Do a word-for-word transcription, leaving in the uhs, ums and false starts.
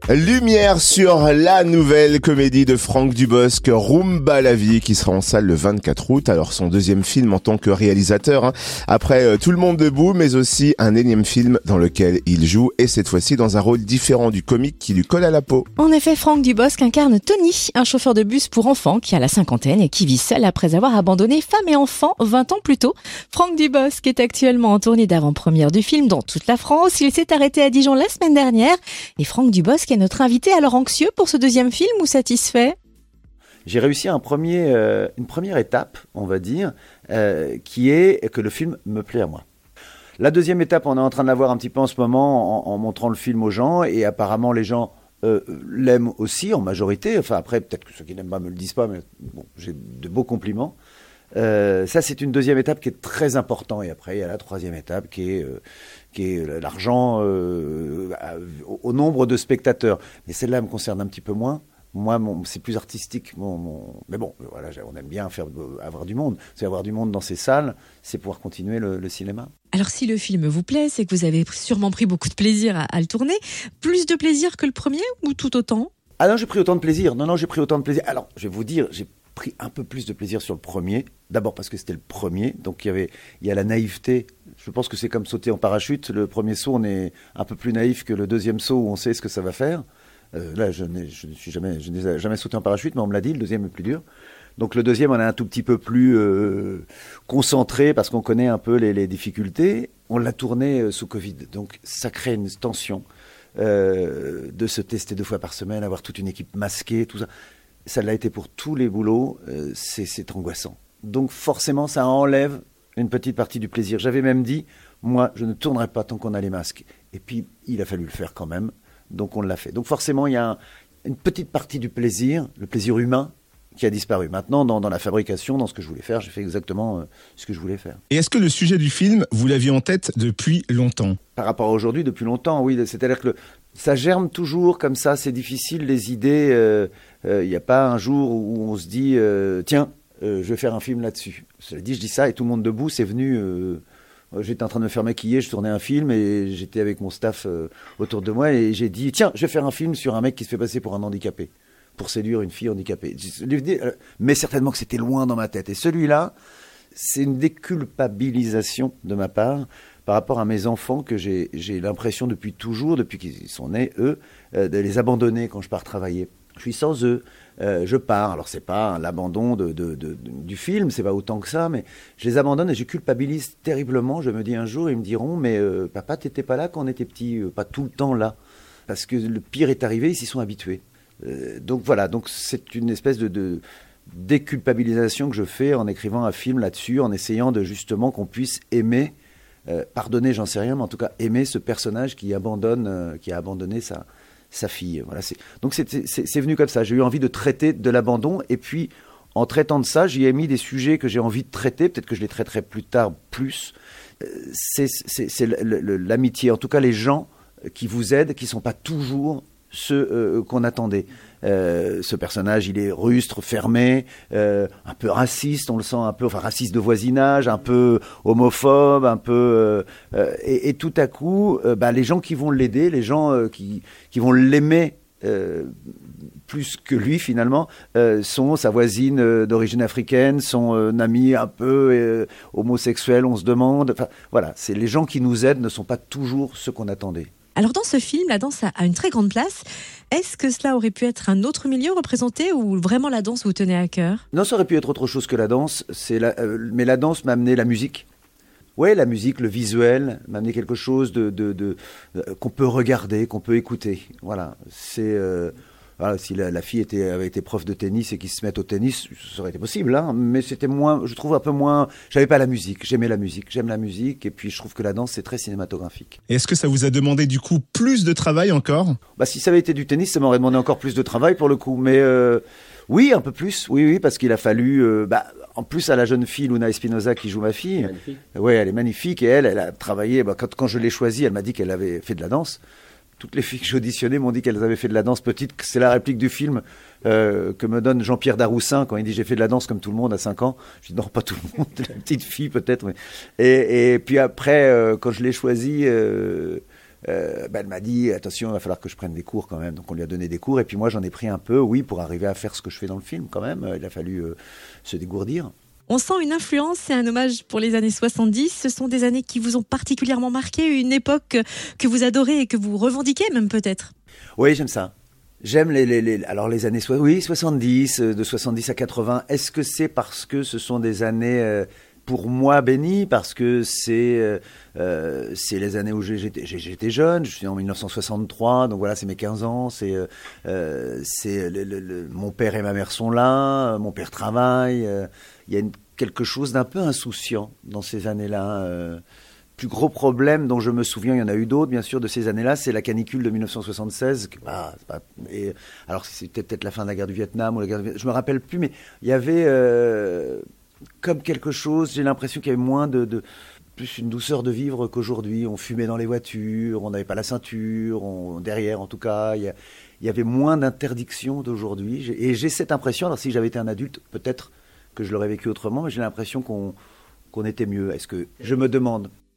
Lumière sur la nouvelle comédie de Franck Dubosc, Rumba la vie, qui sera en salle le vingt-quatre août. Alors son deuxième film en tant que réalisateur, hein, après euh, Tout le monde debout, mais aussi un énième film dans lequel il joue, et cette fois-ci dans un rôle différent du comique qui lui colle à la peau. En effet, Franck Dubosc incarne Tony, un chauffeur de bus pour enfants qui a la cinquantaine et qui vit seul après avoir abandonné femme et enfant vingt ans plus tôt. Franck Dubosc est actuellement en tournée d'avant-première du film dans toute la France. Il s'est arrêté à Dijon la semaine dernière. Et Franck Dubosc est notre invité, alors anxieux pour ce deuxième film ou satisfait ? J'ai réussi un premier, euh, une première étape, on va dire, euh, qui est que le film me plaît à moi. La deuxième étape, on est en train de la voir un petit peu en ce moment en, en montrant le film aux gens, et apparemment les gens euh, l'aiment aussi en majorité. Enfin après, peut-être que ceux qui n'aiment pas me le disent pas, mais bon, j'ai de beaux compliments. Euh, ça, c'est une deuxième étape qui est très importante. Et après, il y a la troisième étape qui est, euh, qui est l'argent euh, au, au nombre de spectateurs. Mais celle-là me concerne un petit peu moins. Moi, mon, c'est plus artistique. Mon, mon... Mais bon, voilà, on aime bien faire, avoir du monde. C'est avoir du monde dans ces salles, c'est pouvoir continuer le, le cinéma. Alors, si le film vous plaît, c'est que vous avez sûrement pris beaucoup de plaisir à, à le tourner. Plus de plaisir que le premier ou tout autant ? Ah non, j'ai pris autant de plaisir. Non, non, j'ai pris autant de plaisir. Alors, je vais vous dire, j'ai pris un peu plus de plaisir sur le premier. D'abord parce que c'était le premier, donc il y avait, il y a la naïveté. Je pense que c'est comme sauter en parachute. Le premier saut, on est un peu plus naïf que le deuxième saut où on sait ce que ça va faire. Euh, là, je n'ai, je ne suis jamais, je n'ai jamais sauté en parachute, mais on me l'a dit, le deuxième est plus dur. Donc le deuxième, on est un tout petit peu plus euh, concentré parce qu'on connaît un peu les, les difficultés. On l'a tourné euh, sous Covid, donc ça crée une tension euh, de se tester deux fois par semaine, avoir toute une équipe masquée, tout ça. Ça l'a été pour tous les boulots, euh, c'est, c'est angoissant. Donc forcément, ça enlève une petite partie du plaisir. J'avais même dit, moi, je ne tournerai pas tant qu'on a les masques. Et puis, il a fallu le faire quand même, donc on l'a fait. Donc forcément, il y a un, une petite partie du plaisir, le plaisir humain, qui a disparu. Maintenant, dans, dans la fabrication, dans ce que je voulais faire, j'ai fait exactement euh, ce que je voulais faire. Et est-ce que le sujet du film, vous l'aviez en tête depuis longtemps ? Par rapport à aujourd'hui, depuis longtemps, oui. C'est-à-dire que le, ça germe toujours comme ça, c'est difficile, les idées. Il euh, n'y euh, a pas un jour où on se dit euh, « Tiens, euh, je vais faire un film là-dessus ». Je dis, je dis ça et tout le monde debout, c'est venu... Euh, j'étais en train de me faire maquiller, je tournais un film et j'étais avec mon staff euh, autour de moi et j'ai dit « Tiens, je vais faire un film sur un mec qui se fait passer pour un handicapé, pour séduire une fille handicapée ». Mais certainement que c'était loin dans ma tête. Et celui-là, c'est une déculpabilisation de ma part par rapport à mes enfants que j'ai, j'ai l'impression depuis toujours, depuis qu'ils sont nés, eux, euh, de les abandonner quand je pars travailler. Je suis sans eux, euh, je pars. Alors c'est pas l'abandon de, de, de, de, du film, c'est pas autant que ça, mais je les abandonne et je culpabilise terriblement. Je me dis un jour, ils me diront, mais euh, papa, t'étais pas là quand on était petit, euh, pas tout le temps là, parce que le pire est arrivé, ils s'y sont habitués. Euh, donc voilà, donc c'est une espèce de, de déculpabilisation que je fais en écrivant un film là-dessus, en essayant de justement qu'on puisse aimer, euh, pardonner, j'en sais rien, mais en tout cas aimer ce personnage qui abandonne, euh, qui a abandonné sa sa fille. Voilà, c'est... Donc c'est, c'est, c'est venu comme ça. J'ai eu envie de traiter de l'abandon et puis en traitant de ça, j'y ai mis des sujets que j'ai envie de traiter. Peut-être que je les traiterai plus tard plus. C'est, c'est, c'est le, le, l'amitié. En tout cas, les gens qui vous aident, qui ne sont pas toujours ceux euh, qu'on attendait. Euh, ce personnage, il est rustre, fermé, euh, un peu raciste, on le sent un peu, enfin raciste de voisinage, un peu homophobe, un peu... Euh, euh, et, et tout à coup, euh, bah, les gens qui vont l'aider, les gens euh, qui, qui vont l'aimer euh, plus que lui finalement, euh, sont sa voisine euh, d'origine africaine, son euh, ami un peu euh, homosexuel, on se demande... Enfin voilà, c'est les gens qui nous aident ne sont pas toujours ceux qu'on attendait. Alors dans ce film, la danse a une très grande place. Est-ce que cela aurait pu être un autre milieu représenté ou vraiment la danse vous tenait à cœur ? Non, ça aurait pu être autre chose que la danse. C'est la, euh, mais la danse m'a amené la musique. Ouais, la musique, le visuel m'a amené quelque chose de, de, de, de, qu'on peut regarder, qu'on peut écouter. Voilà, c'est... Euh, Voilà, si la, la fille était, avait été prof de tennis et qu'ils se mettent au tennis, ça aurait été possible, hein, mais c'était moins, je trouve un peu moins... J'avais pas la musique, j'aimais la musique, j'aime la musique, et puis je trouve que la danse, c'est très cinématographique. Et est-ce que ça vous a demandé du coup plus de travail encore ? Bah, si ça avait été du tennis, ça m'aurait demandé encore plus de travail pour le coup, mais euh, oui, un peu plus, oui, oui, parce qu'il a fallu... Euh, bah, en plus, à la jeune fille, Luna Espinosa, qui joue ma fille, ouais, elle est magnifique, et elle, elle a travaillé, bah, quand, quand je l'ai choisie, elle m'a dit qu'elle avait fait de la danse. Toutes les filles que j'auditionnais m'ont dit qu'elles avaient fait de la danse petite. C'est la réplique du film euh, que me donne Jean-Pierre Daroussin quand il dit « J'ai fait de la danse comme tout le monde à cinq ans ». Je dis « Non, pas tout le monde, la petite fille peut-être. » Et, et puis après, euh, quand je l'ai choisie, euh, euh, bah, elle m'a dit attention, il va falloir que je prenne des cours quand même. Donc on lui a donné des cours et puis moi j'en ai pris un peu, oui, pour arriver à faire ce que je fais dans le film quand même. Il a fallu euh, se dégourdir. On sent une influence et un hommage pour les années soixante-dix. Ce sont des années qui vous ont particulièrement marqué, une époque que vous adorez et que vous revendiquez même peut-être. Oui, j'aime ça. J'aime les, les, les, alors les années so- oui, soixante-dix, de soixante-dix à quatre-vingts. Est-ce que c'est parce que ce sont des années, euh, pour moi, bénies, parce que c'est, euh, euh, c'est les années où j'ai, j'étais, j'ai, j'étais jeune, je suis en dix-neuf cent soixante-trois, donc voilà, c'est mes quinze ans, c'est, euh, c'est le, le, le, mon père et ma mère sont là, mon père travaille, euh, il y a une, quelque chose d'un peu insouciant dans ces années-là. Euh, plus gros problème dont je me souviens, il y en a eu d'autres bien sûr de ces années-là, c'est la canicule de dix-neuf cent soixante-seize. Que, bah, c'est pas, et, alors c'était peut-être la fin de la guerre du Vietnam ou la guerre du Vietnam, je me rappelle plus, mais il y avait euh, comme quelque chose, j'ai l'impression qu'il y avait moins de, de plus une douceur de vivre qu'aujourd'hui. On fumait dans les voitures, on n'avait pas la ceinture, on, derrière en tout cas, il y, a, il y avait moins d'interdictions d'aujourd'hui. J'ai, et j'ai cette impression, alors si j'avais été un adulte, peut-être que je l'aurais vécu autrement, mais j'ai l'impression qu'on, qu'on était mieux. Est-ce que je me demande